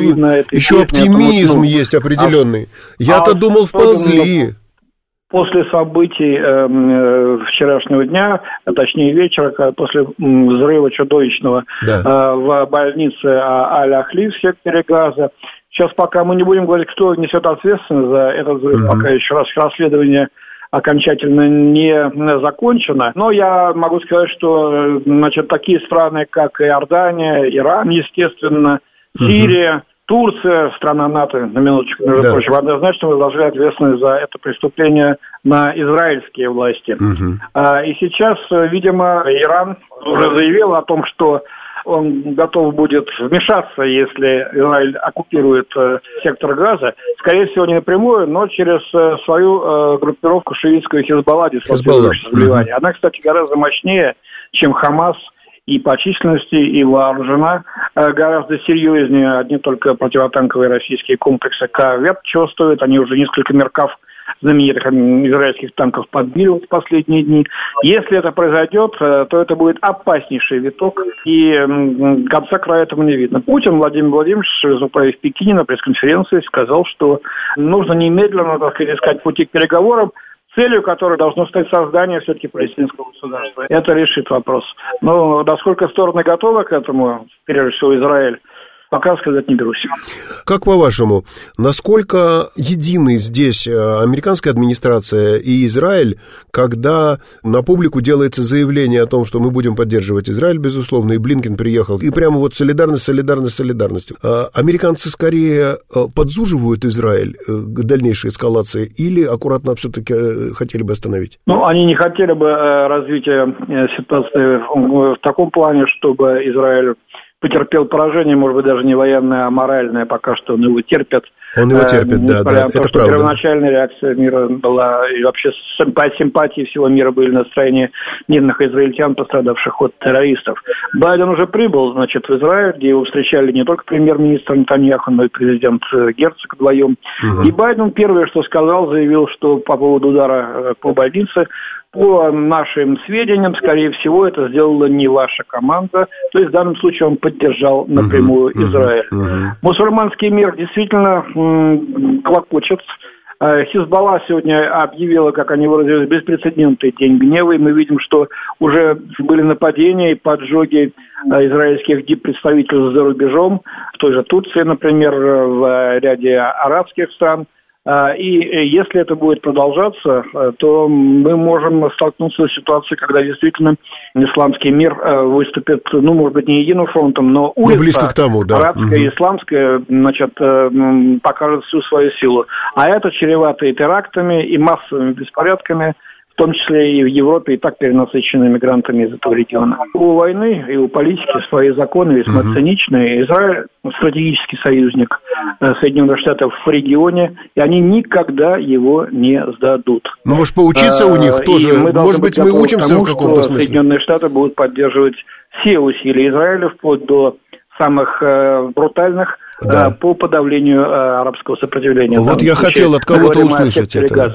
еще оптимизм есть определенный. Я-то думал, вползли. После событий вчерашнего дня, точнее вечера, после взрыва чудовищного в больнице Аль-Ахли в секторе Газа, сейчас пока мы не будем говорить, кто несет ответственность за этот взрыв, пока еще раз расследование окончательно не закончено. Но я могу сказать, что такие страны, как Иордания, Иран, естественно, Сирия, Турция, страна НАТО, на минуточку, между прочим, однозначно возложили ответственность за это преступление на израильские власти. И сейчас, видимо, Иран уже заявил о том, что он готов будет вмешаться, если Израиль оккупирует сектор Газа. Скорее всего, не напрямую, но через свою группировку шиитскую Хизбалла, дислоцирующуюся в Ливане. Она, кстати, гораздо мощнее, чем Хамас, и по численности, и вооружена гораздо серьезнее. Одни только противотанковые российские комплексы Корвет чего стоят. Они уже несколько меркав знаменитых израильских танков подбили в последние дни. Если это произойдет, то это будет опаснейший виток, и конца края этому не видно. Путин Владимир Владимирович, выступая в Пекине на пресс-конференции, сказал, что нужно немедленно, искать пути к переговорам, целью которой должно стать создание все-таки палестинского государства. Это решит вопрос. Но насколько стороны готовы к этому, прежде всего Израиль, пока сказать не берусь. Как по-вашему, насколько едины здесь американская администрация и Израиль, когда на публику делается заявление о том, что мы будем поддерживать Израиль, безусловно, и Блинкен приехал, и прямо вот солидарность. Американцы скорее подзуживают Израиль к дальнейшей эскалации или аккуратно все-таки хотели бы остановить? Они не хотели бы развития ситуации в таком плане, чтобы Израиль потерпел поражение, может быть, даже не военное, а моральное, пока что он его терпит. Он его терпит, да, это правда. Первоначальная реакция мира была, и вообще симпатии всего мира были на стороне мирных израильтян, пострадавших от террористов. Байден уже прибыл, в Израиль, где его встречали не только премьер-министр Нетаньяху, но и президент Герцог вдвоем. И Байден первое, что сказал, заявил, что по поводу удара по больнице, по нашим сведениям, скорее всего, это сделала не ваша команда. То есть в данном случае он поддержал напрямую Израиль. Мусульманский мир действительно клокочет. Хизбалла сегодня объявила, как они выразились, беспрецедентный день гнева. И мы видим, что уже были нападения и поджоги израильских диппредставительств за рубежом, в той же Турции, например, в ряде арабских стран. И если это будет продолжаться, то мы можем столкнуться с ситуацией, когда действительно исламский мир выступит, может быть, не единым фронтом, но улица к тому, арабская и исламская, покажет всю свою силу. А это чревато и терактами, и массовыми беспорядками, в том числе и в Европе, и так перенасыщенными мигрантами из этого региона. У войны и у политики свои законы весьма циничные. Израиль стратегический союзник Соединенных Штатов в регионе, и они никогда его не сдадут. Может, поучиться у них тоже? Может быть, мы учимся в каком-то смысле? Соединенные Штаты будут поддерживать все усилия Израиля, вплоть до самых брутальных по подавлению арабского сопротивления. Вот я хотел от кого-то услышать это. Газа.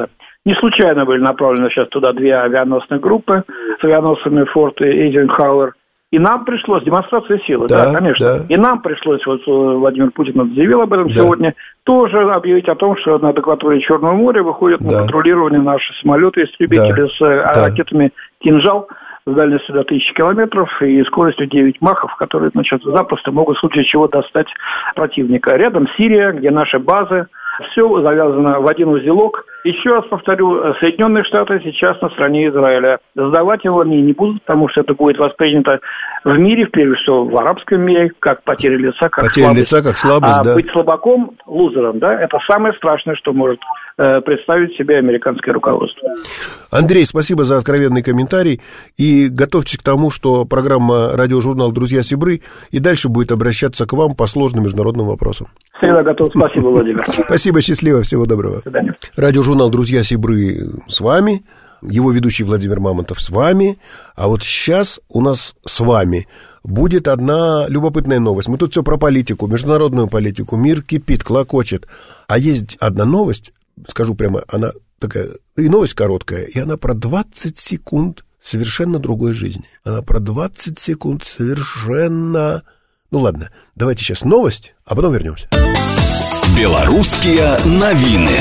Не случайно были направлены сейчас туда 2 авианосные группы с авианосцами «Форд» и «Эйзенхауэр». И нам пришлось, демонстрация силы, да, конечно. Да. И нам пришлось, вот Владимир Путин заявил об этом сегодня, тоже объявить о том, что над акваторией Черного моря выходят на патрулирование наши самолеты-истребители с ракетами «Кинжал» с дальностью до 1000 километров и скоростью 9 махов, которые, значит, запросто могут в случае чего достать противника. Рядом Сирия, где наши базы. Все завязано в один узелок. Еще раз повторю, Соединенные Штаты сейчас на стороне Израиля. Сдавать его они не будут, потому что это будет воспринято в мире, прежде всего в арабском мире, как потеря лица, как слабость. Да. Быть слабаком, лузером, да, это самое страшное, что может представить себе американское руководство. Андрей, спасибо за откровенный комментарий. И готовьтесь к тому, что программа «Радиожурнал. Друзья Сибры» и дальше будет обращаться к вам по сложным международным вопросам. Всегда готов. Спасибо, Владимир. Спасибо, счастливо, всего доброго. До свидания. Радиожурнал «Друзья Сибры» с вами, его ведущий Владимир Мамонтов с вами, а вот сейчас у нас с вами будет одна любопытная новость. Мы тут все про политику, международную политику, мир кипит, клокочет, а есть одна новость, скажу прямо, она такая, и новость короткая, и она про 20 секунд совершенно другой жизни. Она про 20 секунд совершенно... Ну ладно, давайте сейчас новость, а потом вернемся. Белорусские новины.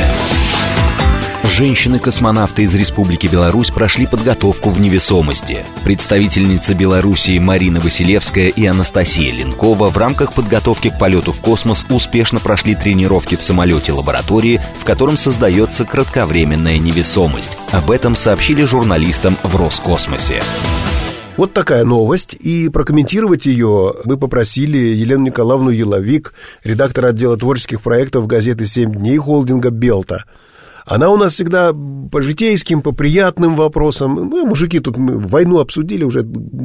Женщины-космонавты из Республики Беларусь прошли подготовку в невесомости. Представительницы Белоруссии Марина Василевская и Анастасия Ленкова в рамках подготовки к полету в космос успешно прошли тренировки в самолете-лаборатории, в котором создается кратковременная невесомость. Об этом сообщили журналистам в Роскосмосе. Вот такая новость, и прокомментировать ее мы попросили Елену Николаевну Еловик, редактора отдела творческих проектов газеты «7 дней» холдинга «Белта». Она у нас всегда по житейским, по приятным вопросам. Ну, мужики, тут мы войну обсудили уже,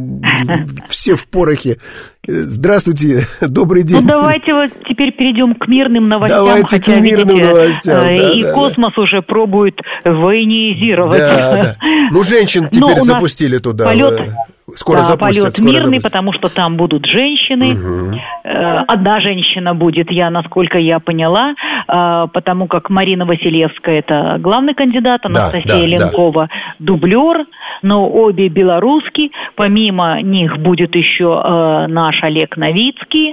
все в порохе. Здравствуйте, добрый день. Ну, давайте вот теперь перейдем к мирным новостям. Давайте к мирным новостям. И космос уже пробует военизировать. Да. Ну, женщин теперь запустили туда. Скоро запустят. Полет мирный, потому что там будут женщины. Угу. Одна женщина будет, насколько я поняла, потому как Марина Василевская — это главный кандидат, Анастасия Ленкова — дублер, но обе белорусские. Помимо них будет еще наш Олег Новицкий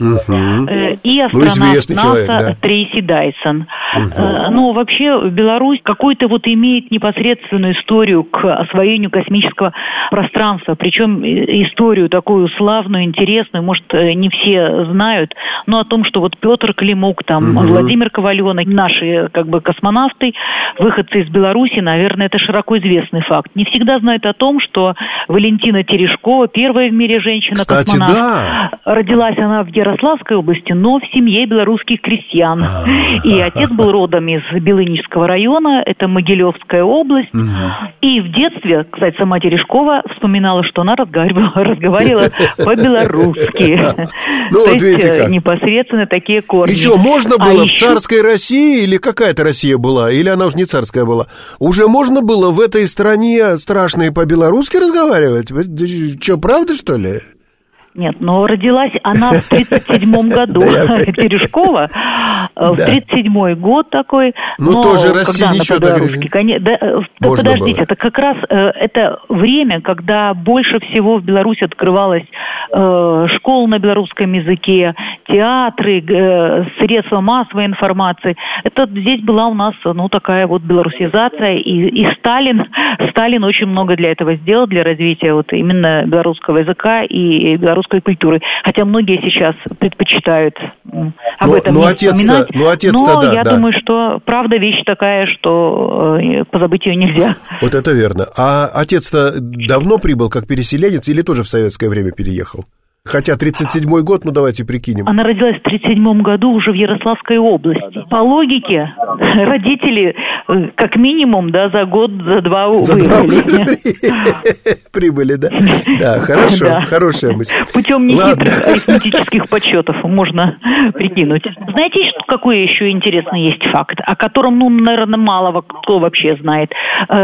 и астронавт НАСА Трейси Дайсон. Но вообще Беларусь какую-то вот имеет непосредственную историю к освоению космического пространства, причем историю такую славную, интересную, может, не все знают, но о том, что вот Петр Климук, там, Владимир Коваленок, наши как бы космонавты, выходцы из Беларуси, наверное, это широко известный факт. Не всегда знают о том, что Валентина Терешкова, первая в мире женщина-космонавт, родилась она в Ярославской области, но в семье белорусских крестьян. И отец был родом из Белынического района, это Могилевская область. И в детстве, кстати, сама Терешкова вспоминала, что она разговаривала по-белорусски. Ну, вот видите как. Непосредственно такие корни. И что, можно было в царской России, или какая-то Россия была, или она уже не царская была, уже можно было в этой стране страшной по-белорусски разговаривать? Что, правда, что ли? Нет, но родилась она в 1937 году, Терешкова, в 1937 год такой. Ну, тоже Россия ничего так... Подождите, это как раз это время, когда больше всего в Беларуси открывалось школ на белорусском языке, театры, средства массовой информации. Это здесь была у нас, такая вот белорусизация, и Сталин очень много для этого сделал, для развития вот именно белорусского языка и белорусской культуры. Хотя многие сейчас предпочитают об этом не вспоминать. Но я думаю, что правда вещь такая, что позабыть ее нельзя. Вот это верно. А отец-то давно прибыл как переселенец или тоже в советское время переехал? Хотя 37-й год, давайте прикинем. Она родилась в 37-м году уже в Ярославской области. По логике, родители как минимум, за год, за два выехали. Прибыли, да? Да, хорошо, хорошая мысль. Путем нехитрых арифметических подсчетов можно прикинуть. Знаете, какой еще интересный есть факт, о котором, наверное, мало кто вообще знает?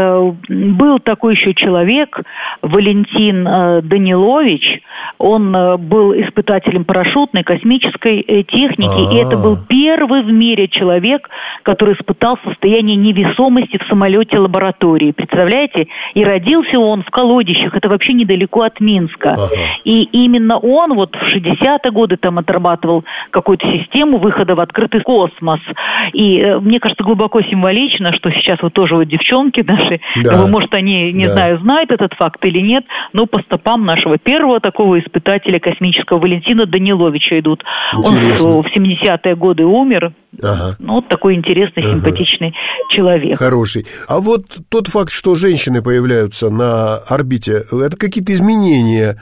Был такой еще человек, Валентин Данилович, он был испытателем парашютной, космической техники, и это был первый в мире человек, который испытал состояние невесомости в самолете лаборатории. Представляете? И родился он в Колодищах, это вообще недалеко от Минска. И именно он вот в 60-е годы там отрабатывал какую-то систему выхода в открытый космос. И мне кажется, глубоко символично, что сейчас вот тоже вот девчонки наши, может, они, не знаю, знают этот факт или нет, но по стопам нашего первого такого испытателя космического Валентина Даниловича идут. Интересно. Он в 70-е годы умер. Ну, вот такой интересный, симпатичный человек. Хороший. А вот тот факт, что женщины появляются на орбите, это какие-то изменения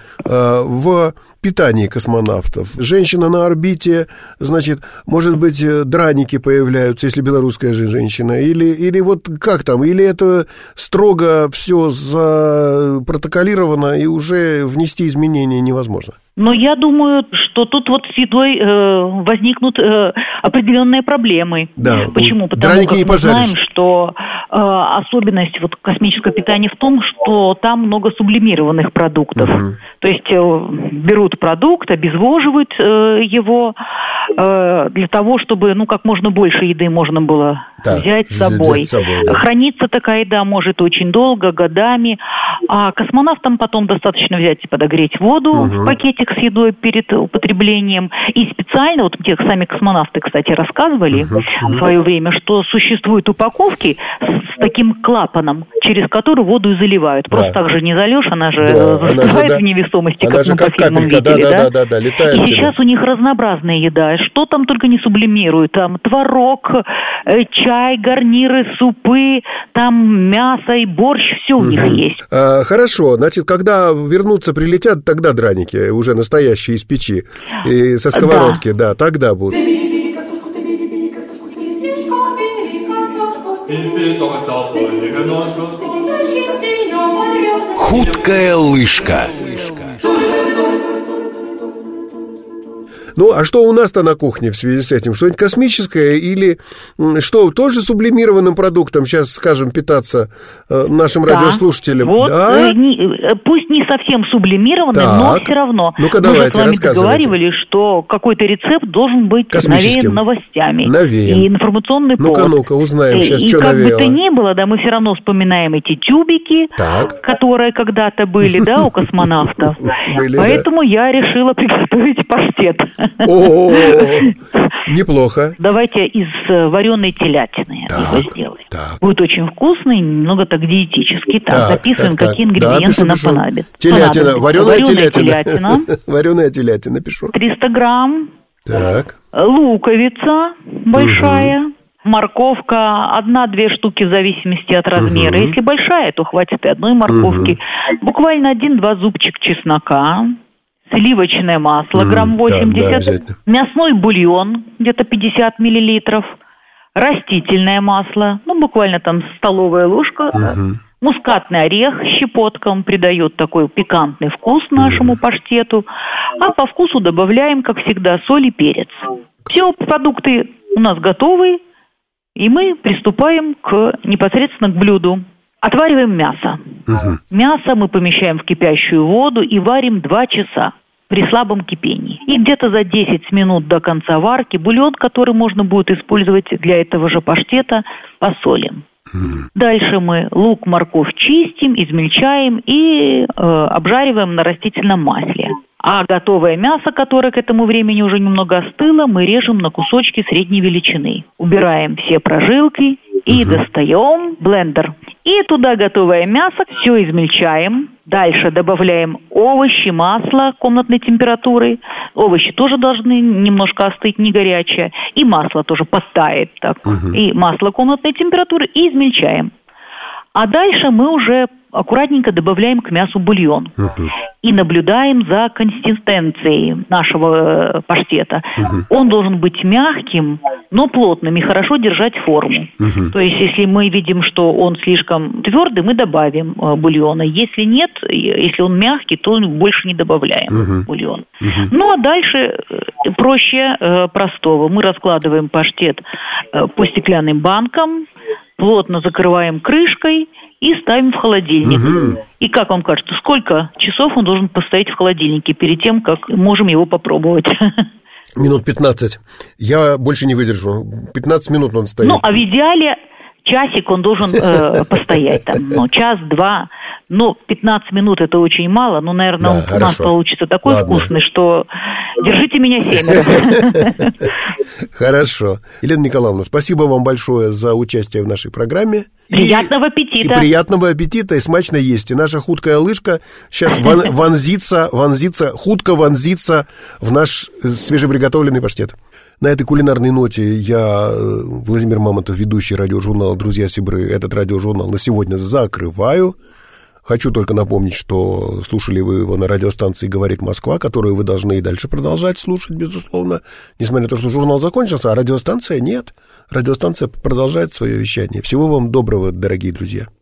в питании космонавтов. Женщина на орбите, значит, может быть, драники появляются, если белорусская же женщина, или вот как там, или это строго все запротоколировано и уже внести изменения невозможно? Но я думаю, что тут вот с едой возникнут определенные проблемы. Да. Почему? Потому как мы знаем, что особенность вот космического питания в том, что там много сублимированных продуктов. То есть берут продукт, обезвоживают его для того, чтобы, как можно больше еды можно было взять с собой. Храниться такая еда может очень долго, годами. А космонавтам потом достаточно взять и подогреть воду в пакетик с едой перед употреблением. И специально, вот те сами космонавты, кстати, рассказывали в свое время, что существуют упаковки с таким клапаном, через который воду и заливают. Просто так же не зальешь, она же застывает в невесомости, как мы по фильмам видели. Да, летает. И сейчас у них разнообразная еда. Что там только не сублимируют. Там творог, чай, гарниры, супы, там мясо и борщ, все у них есть. Хорошо, значит, когда вернутся, прилетят, тогда драники, уже настоящие из печи, и со сковородки, тогда будут. Хуткая лыжка. Ну, а что у нас-то на кухне в связи с этим? Что-нибудь космическое или что, тоже сублимированным продуктом сейчас, скажем, питаться нашим радиослушателям? Вот, пусть не совсем сублимированным, но все равно. Ну-ка, мы же с вами договаривались, что какой-то рецепт должен быть навеян новостями. И информационный повод. Ну-ка, узнаем сейчас, что навеяло. И как бы то ни было, мы все равно вспоминаем эти тюбики, которые когда-то были, у космонавтов. Поэтому я решила приготовить паштет. О, неплохо. Давайте из вареной телятины его сделаем. Будет очень вкусный, немного так диетический. Записываем, какие ингредиенты нам понадобятся. Телятина, вареная телятина. Вареная телятина, пишу. 300 грамм. Так. Луковица большая. Морковка, 1-2 штуки в зависимости от размера. Если большая, то хватит и одной морковки. Буквально 1-2 зубчика чеснока. Сливочное масло, грамм 80, мясной бульон, где-то 50 миллилитров, растительное масло, буквально там столовая ложка, мускатный орех щепотка, он придает такой пикантный вкус нашему паштету, а по вкусу добавляем, как всегда, соль и перец. Все продукты у нас готовы, и мы приступаем непосредственно к блюду. Отвариваем мясо. Мясо мы помещаем в кипящую воду и варим 2 часа. При слабом кипении. И где-то за 10 минут до конца варки бульон, который можно будет использовать для этого же паштета, посолим. Дальше мы лук, морковь чистим, измельчаем и обжариваем на растительном масле. А готовое мясо, которое к этому времени уже немного остыло, мы режем на кусочки средней величины. Убираем все прожилки и достаем блендер. И туда готовое мясо, все измельчаем. Дальше добавляем овощи, масло комнатной температуры. Овощи тоже должны немножко остыть, не горячее. И масло тоже подтает. И масло комнатной температуры и измельчаем. А дальше мы уже аккуратненько добавляем к мясу бульон. И наблюдаем за консистенцией нашего паштета. Он должен быть мягким, но плотным и хорошо держать форму. То есть, если мы видим, что он слишком твердый, мы добавим бульона. Если нет, если он мягкий, то больше не добавляем бульон. Ну, а дальше проще простого. Мы раскладываем паштет по стеклянным банкам, плотно закрываем крышкой и ставим в холодильник. И как вам кажется, сколько часов он должен постоять в холодильнике перед тем, как можем его попробовать? Минут 15. Я больше не выдержу. 15 минут он стоит. Ну, а в идеале часик он должен постоять там, час-два. Ну, 15 минут это очень мало, но, наверное, у нас получится такой вкусный, что держите меня 7. Хорошо. Елена Николаевна, спасибо вам большое за участие в нашей программе. Приятного аппетита. И приятного аппетита, и смачно есть. И наша худкая лыжка сейчас худко вонзится в наш свежеприготовленный паштет. На этой кулинарной ноте я, Владимир Мамонтов, ведущий радиожурнала «Друзья Сибры», этот радиожурнал на сегодня закрываю. Хочу только напомнить, что слушали вы его на радиостанции «Говорит Москва», которую вы должны и дальше продолжать слушать, безусловно, несмотря на то, что журнал закончился, а радиостанция нет. Радиостанция продолжает свое вещание. Всего вам доброго, дорогие друзья.